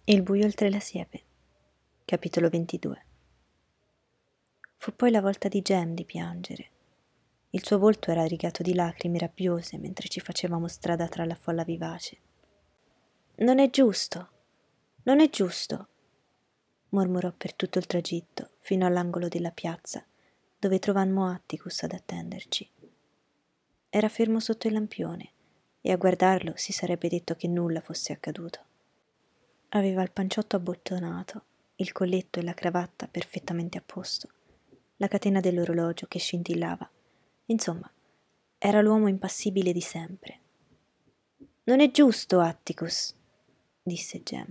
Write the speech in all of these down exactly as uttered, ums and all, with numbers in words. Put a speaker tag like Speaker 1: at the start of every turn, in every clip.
Speaker 1: Il buio oltre la siepe, capitolo ventidue. Fu poi la volta di Jem di piangere. Il suo volto era rigato di lacrime rabbiose mentre ci facevamo strada tra la folla vivace. «Non è giusto, non è giusto», mormorò per tutto il tragitto fino all'angolo della piazza, dove trovammo Atticus ad attenderci. Era fermo sotto il lampione e a guardarlo si sarebbe detto che nulla fosse accaduto. Aveva il panciotto abbottonato, il colletto e la cravatta perfettamente a posto, la catena dell'orologio che scintillava. Insomma, era l'uomo impassibile di sempre. «Non è giusto, Atticus», disse Jem.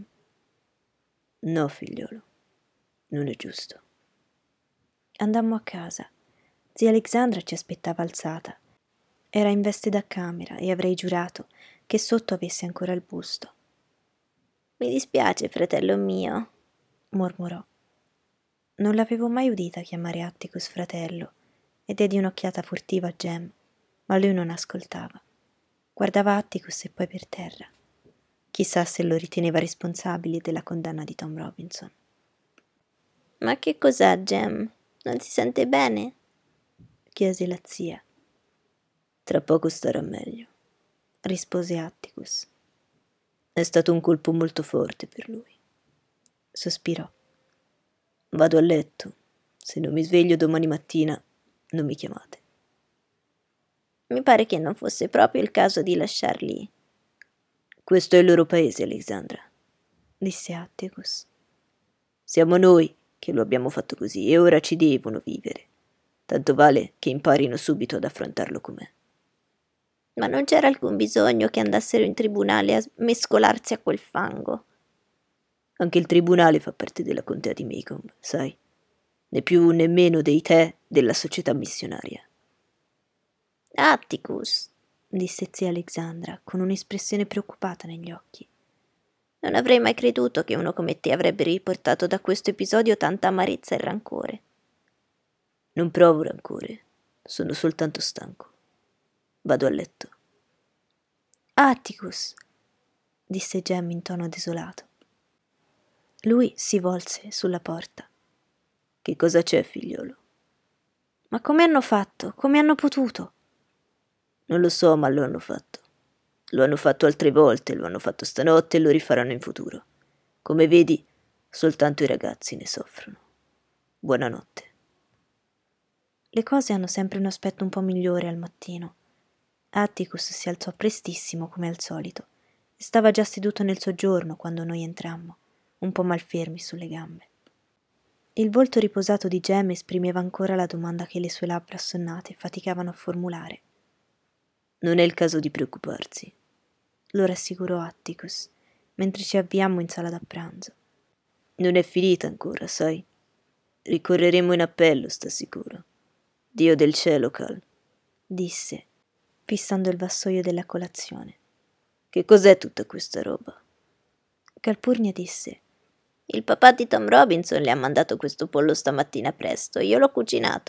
Speaker 1: «No, figliolo, non è giusto». Andammo a casa. Zia Alexandra ci aspettava alzata. Era in veste da camera e avrei giurato che sotto avesse ancora il busto. «Mi dispiace, fratello mio», mormorò. Non l'avevo mai udita chiamare Atticus fratello e diedi un'occhiata furtiva a Jem, ma lui non ascoltava. Guardava Atticus e poi per terra. Chissà se lo riteneva responsabile della condanna di Tom Robinson. «Ma che cos'ha, Jem? Non si sente bene?» chiese la zia. «Tra poco starà meglio», rispose Atticus. «È stato un colpo molto forte per lui». Sospirò. «Vado a letto. Se non mi sveglio domani mattina, non mi chiamate». «Mi pare che non fosse proprio il caso di lasciarli». «Questo è il loro paese, Alexandra», disse Atticus. «Siamo noi che lo abbiamo fatto così e ora ci devono vivere. Tanto vale che imparino subito ad affrontarlo com'è». «Ma non c'era alcun bisogno che andassero in tribunale a mescolarsi a quel fango». «Anche il tribunale fa parte della contea di Maycomb, sai? Né più né meno dei te della società missionaria». «Atticus», disse zia Alexandra con un'espressione preoccupata negli occhi. «Non avrei mai creduto che uno come te avrebbe riportato da questo episodio tanta amarezza e rancore». «Non provo rancore, sono soltanto stanco. Vado a letto». «Atticus», disse Jem in tono desolato. Lui si volse sulla porta. «Che cosa c'è, figliolo?» «Ma come hanno fatto? Come hanno potuto?» «Non lo so, ma lo hanno fatto. Lo hanno fatto altre volte, lo hanno fatto stanotte e lo rifaranno in futuro. Come vedi, soltanto i ragazzi ne soffrono. Buonanotte». Le cose hanno sempre un aspetto un po' migliore al mattino. Atticus si alzò prestissimo come al solito e stava già seduto nel soggiorno quando noi entrammo, un po' malfermi sulle gambe. Il volto riposato di Jem esprimeva ancora la domanda che le sue labbra assonnate faticavano a formulare. «Non è il caso di preoccuparsi», lo rassicurò Atticus, mentre ci avviammo in sala da pranzo. «Non è finita ancora, sai? Ricorreremo in appello, sta sicuro. Dio del cielo, Cal», disse, fissando il vassoio della colazione. «Che cos'è tutta questa roba?» Calpurnia disse: «Il papà di Tom Robinson le ha mandato questo pollo stamattina presto, io l'ho cucinato».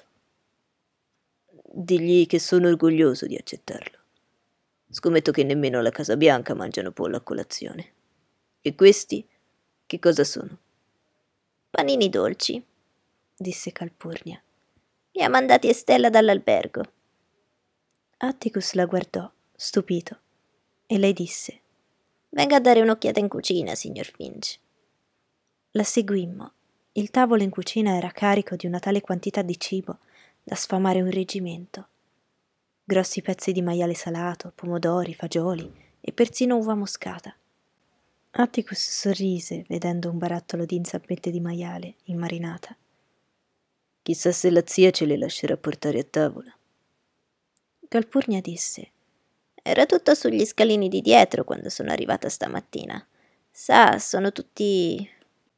Speaker 1: «Digli che sono orgoglioso di accettarlo. Scommetto che nemmeno alla Casa Bianca mangiano pollo a colazione. E questi? Che cosa sono?» «Panini dolci», disse Calpurnia. «Li ha mandati Estella dall'albergo». Atticus la guardò, stupito, e lei disse: «Venga a dare un'occhiata in cucina, signor Finch». La seguimmo. Il tavolo in cucina era carico di una tale quantità di cibo da sfamare un reggimento. Grossi pezzi di maiale salato, pomodori, fagioli e persino uva moscata. Atticus sorrise vedendo un barattolo di insappette di maiale inmarinata. «Chissà se la zia ce le lascerà portare a tavola». Calpurnia disse: «Era tutto sugli scalini di dietro quando sono arrivata stamattina. Sa, sono tutti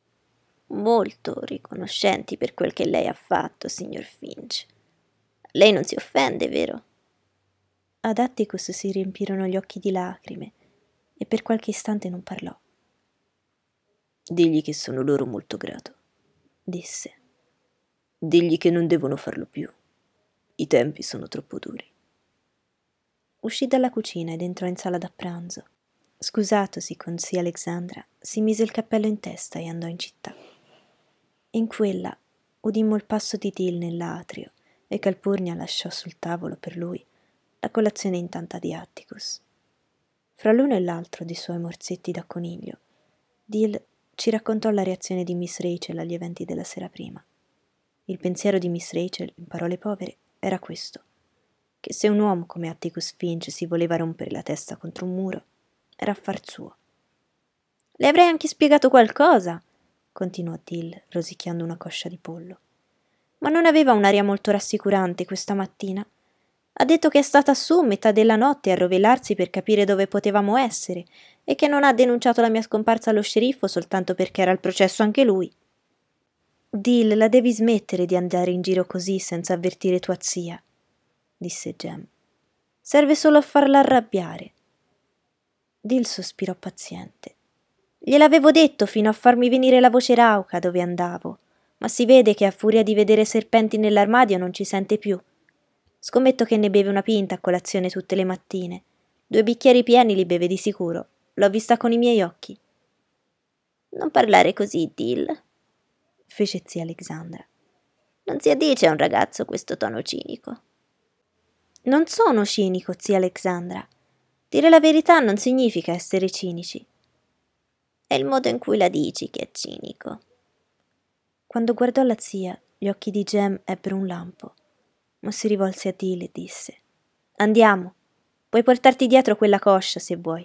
Speaker 1: molto riconoscenti per quel che lei ha fatto, signor Finch. Lei non si offende, vero?» Ad Atticus si riempirono gli occhi di lacrime e per qualche istante non parlò. «Digli che sono loro molto grato», disse. «Digli che non devono farlo più. I tempi sono troppo duri». Uscì dalla cucina ed entrò in sala da pranzo. Scusatosi con zia Alexandra, si mise il cappello in testa e andò in città. In quella udimmo il passo di Dill nell'atrio e Calpurnia lasciò sul tavolo per lui la colazione intanta di Atticus. Fra l'uno e l'altro dei suoi morsetti da coniglio, Dill ci raccontò la reazione di Miss Rachel agli eventi della sera prima. Il pensiero di Miss Rachel, in parole povere, era questo: che se un uomo come Atticus Finch si voleva rompere la testa contro un muro, era affar suo. Le avrei anche spiegato qualcosa, continuò Dill, rosicchiando una coscia di pollo. Ma non aveva un'aria molto rassicurante questa mattina. Ha detto che è stata su metà della notte a rovellarsi per capire dove potevamo essere e che non ha denunciato la mia scomparsa allo sceriffo soltanto perché era al processo anche lui. Dill, la devi smettere di andare in giro così senza avvertire tua zia, disse Jem. Serve solo a farla arrabbiare. Dill sospirò paziente. Gliel'avevo detto fino a farmi venire la voce rauca dove andavo, ma si vede che a furia di vedere serpenti nell'armadio non ci sente più. Scommetto che ne beve una pinta a colazione tutte le mattine. Due bicchieri pieni li beve di sicuro. L'ho vista con i miei occhi. Non parlare così, Dill, fece zia Alexandra. Non si addice a un ragazzo questo tono cinico. Non sono cinico, zia Alexandra. Dire la verità non significa essere cinici. È il modo in cui la dici che è cinico. Quando guardò la zia, gli occhi di Jem ebbero un lampo, ma si rivolse a Dill e disse: Andiamo, puoi portarti dietro quella coscia se vuoi.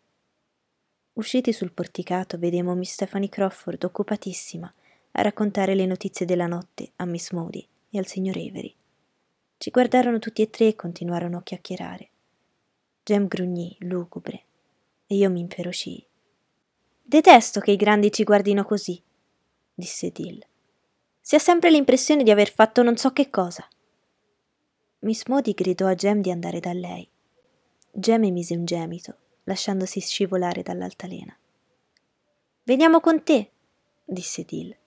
Speaker 1: Usciti sul porticato, vedemmo Miss Stephanie Crawford occupatissima a raccontare le notizie della notte a Miss Moody e al signor Avery. Ci guardarono tutti e tre e continuarono a chiacchierare. Jem grugnì, lugubre, e io mi inferocii. Detesto che i grandi ci guardino così, disse Dill. Si ha sempre l'impressione di aver fatto non so che cosa. Miss Moody gridò a Jem di andare da lei. Jem emise un gemito, lasciandosi scivolare dall'altalena. Veniamo con te, disse Dill.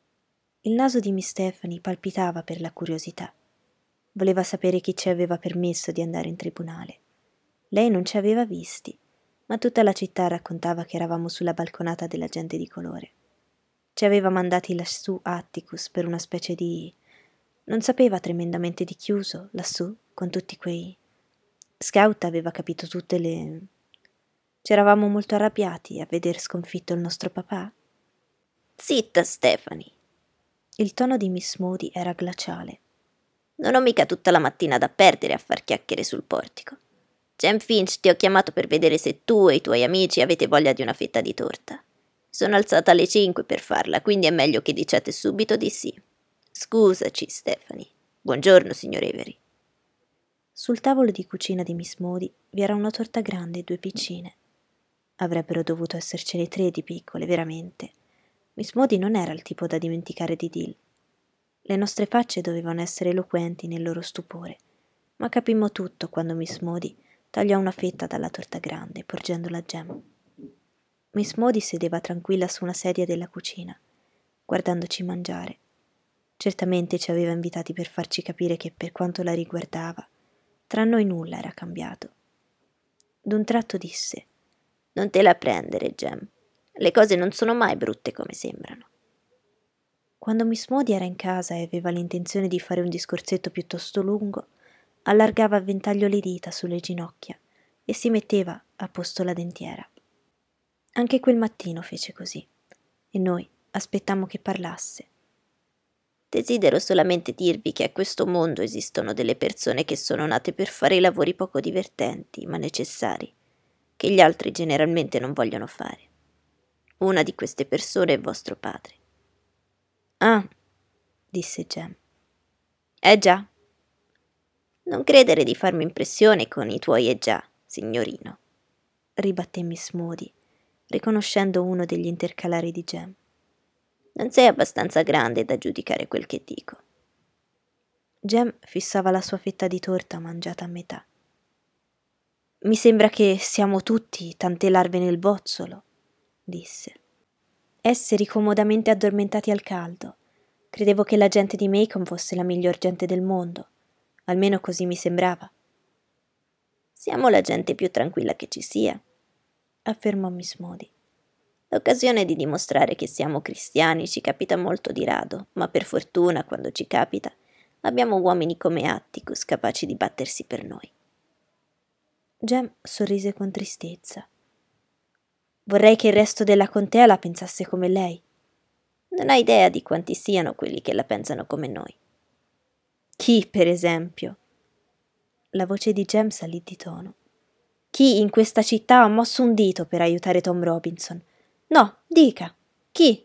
Speaker 1: Il naso di Miss Stephanie palpitava per la curiosità. Voleva sapere chi ci aveva permesso di andare in tribunale. Lei non ci aveva visti, ma tutta la città raccontava che eravamo sulla balconata della gente di colore. Ci aveva mandati lassù Atticus per una specie di... Non sapeva tremendamente di chiuso, lassù, con tutti quei... Scout aveva capito tutte le... C'eravamo molto arrabbiati a veder sconfitto il nostro papà. Zitta, Stephanie. Il tono di Miss Moody era glaciale. Non ho mica tutta la mattina da perdere a far chiacchiere sul portico. Jem Finch, ti ho chiamato per vedere se tu e i tuoi amici avete voglia di una fetta di torta. Sono alzata alle cinque per farla, quindi è meglio che diciate subito di sì. Scusaci, Stephanie. Buongiorno, signor Avery. Sul tavolo di cucina di Miss Moody vi era una torta grande e due piccine. Avrebbero dovuto essercene tre di piccole, veramente. Miss Moody non era il tipo da dimenticare di Dill. Le nostre facce dovevano essere eloquenti nel loro stupore, ma capimmo tutto quando Miss Moody tagliò una fetta dalla torta grande, porgendola a Jem. Miss Moody sedeva tranquilla su una sedia della cucina, guardandoci mangiare. Certamente ci aveva invitati per farci capire che, per quanto la riguardava, tra noi nulla era cambiato. D'un tratto disse: Non te la prendere, Jem. Le cose non sono mai brutte come sembrano. Quando Miss Moody era in casa e aveva l'intenzione di fare un discorsetto piuttosto lungo, allargava a ventaglio le dita sulle ginocchia e si metteva a posto la dentiera. Anche quel mattino fece così, e noi aspettammo che parlasse. Desidero solamente dirvi che a questo mondo esistono delle persone che sono nate per fare i lavori poco divertenti, ma necessari, che gli altri generalmente non vogliono fare. Una di queste persone è vostro padre. Ah, disse Jem. Eh già. Non credere di farmi impressione con i tuoi eh già, signorino, ribatté Miss Moody, riconoscendo uno degli intercalari di Jem. Non sei abbastanza grande da giudicare quel che dico. Jem fissava la sua fetta di torta mangiata a metà. Mi sembra che siamo tutti tante larve nel bozzolo, disse. Esseri comodamente addormentati al caldo. Credevo che la gente di Macon fosse la miglior gente del mondo. Almeno così mi sembrava. Siamo la gente più tranquilla che ci sia. affermò Miss Modi.
Speaker 2: L'occasione di dimostrare che siamo cristiani ci capita molto di rado, ma per fortuna, quando ci capita, abbiamo uomini come Atticus capaci di battersi per noi.
Speaker 1: Jem sorrise con tristezza. Vorrei che il resto della contea la pensasse come lei.
Speaker 2: Non hai idea di quanti siano quelli che la pensano come noi.
Speaker 1: Chi, per esempio? La voce di Jem salì di tono. Chi in questa città ha mosso un dito per aiutare Tom Robinson? No, dica, chi?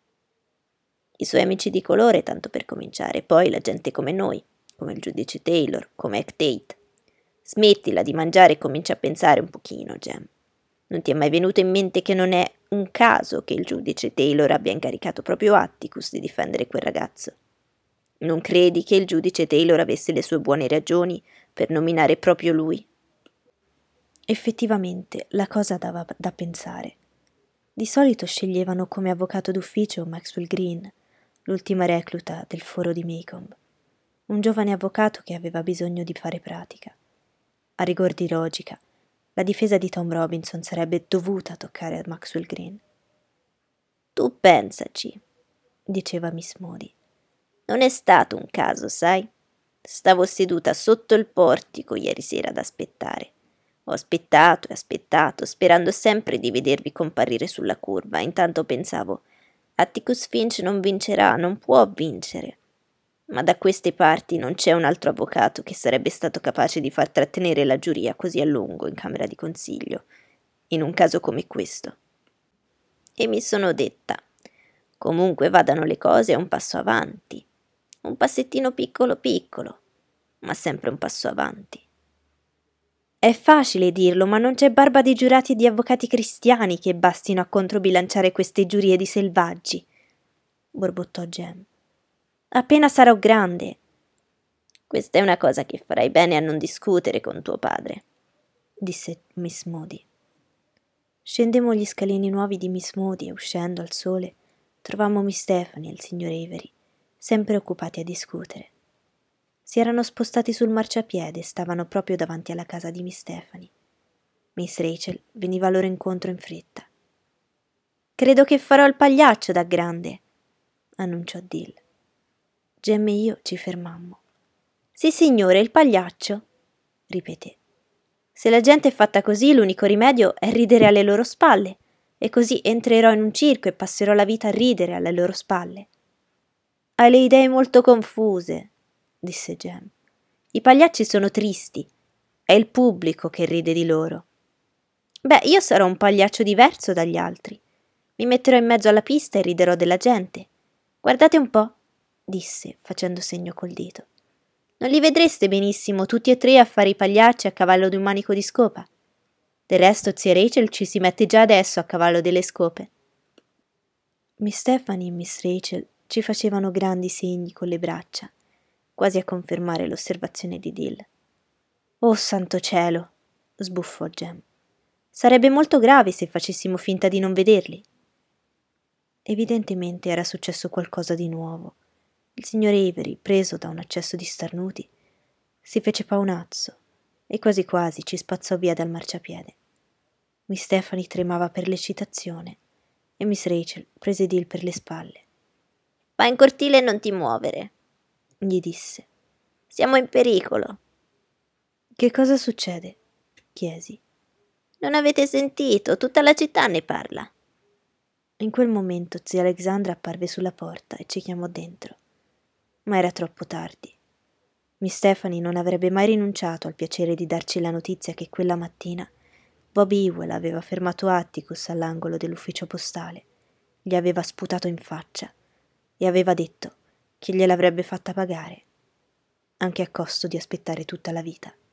Speaker 2: I suoi amici di colore, tanto per cominciare, poi la gente come noi, come il giudice Taylor, come Hack Tate. Smettila di mangiare e comincia a pensare un pochino, Jem. Non ti è mai venuto in mente che non è un caso che il giudice Taylor abbia incaricato proprio Atticus di difendere quel ragazzo? Non credi che il giudice Taylor avesse le sue buone ragioni per nominare proprio lui?
Speaker 1: Effettivamente la cosa dava da pensare. Di solito sceglievano come avvocato d'ufficio Maxwell Green, l'ultima recluta del foro di Maycomb, un giovane avvocato che aveva bisogno di fare pratica. A rigor di logica, la difesa di Tom Robinson sarebbe dovuta toccare a Maxwell Green.
Speaker 2: Tu pensaci,
Speaker 1: diceva Miss Modi.
Speaker 2: Non è stato un caso, sai? Stavo seduta sotto il portico ieri sera ad aspettare. Ho aspettato e aspettato, sperando sempre di vedervi comparire sulla curva. Intanto pensavo, Atticus Finch non vincerà, non può vincere. Ma da queste parti non c'è un altro avvocato che sarebbe stato capace di far trattenere la giuria così a lungo in camera di consiglio, in un caso come questo. E mi sono detta, comunque vadano le cose, è un passo avanti. Un passettino piccolo piccolo, ma sempre un passo avanti.
Speaker 1: È facile dirlo, ma non c'è barba di giurati e di avvocati cristiani che bastino a controbilanciare queste giurie di selvaggi, borbottò Jem. Appena sarò grande.
Speaker 2: Questa è una cosa che farai bene a non discutere con tuo padre,
Speaker 1: disse Miss Modi. Scendemmo gli scalini nuovi di Miss Modi e uscendo al sole trovammo Miss Stephanie e il signor Avery, sempre occupati a discutere. Si erano spostati sul marciapiede e stavano proprio davanti alla casa di Miss Stephanie. Miss Rachel veniva loro incontro in fretta. «Credo che farò il pagliaccio da grande», annunciò Dill. Jem e io ci fermammo. «Sì, signore, il pagliaccio», ripeté. «Se la gente è fatta così, l'unico rimedio è ridere alle loro spalle, e così entrerò in un circo e passerò la vita a ridere alle loro spalle». «Hai le idee molto confuse», disse Jem. «I pagliacci sono tristi. È il pubblico che ride di loro». «Beh, io sarò un pagliaccio diverso dagli altri. Mi metterò in mezzo alla pista e riderò della gente. Guardate un po'», disse, facendo segno col dito. «Non li vedreste benissimo tutti e tre a fare i pagliacci a cavallo di un manico di scopa? Del resto zia Rachel ci si mette già adesso a cavallo delle scope». Miss Stephanie e Miss Rachel ci facevano grandi segni con le braccia, quasi a confermare l'osservazione di Dill. «Oh, santo cielo!» sbuffò Jem. «Sarebbe molto grave se facessimo finta di non vederli». Evidentemente era successo qualcosa di nuovo. Il signor Avery, preso da un accesso di starnuti, si fece paonazzo e quasi quasi ci spazzò via dal marciapiede. Miss Stephanie tremava per l'eccitazione e Miss Rachel prese Dill per le spalle.
Speaker 2: «Va in cortile e non ti muovere»,
Speaker 1: gli disse.
Speaker 2: «Siamo in pericolo».
Speaker 1: «Che cosa succede?» chiesi.
Speaker 2: «Non avete sentito? Tutta la città ne parla».
Speaker 1: In quel momento zia Alexandra apparve sulla porta e ci chiamò dentro. Ma era troppo tardi. Miss Stephanie non avrebbe mai rinunciato al piacere di darci la notizia che quella mattina Bobby Ewell aveva fermato Atticus all'angolo dell'ufficio postale, gli aveva sputato in faccia e aveva detto che gliel'avrebbe fatta pagare, anche a costo di aspettare tutta la vita.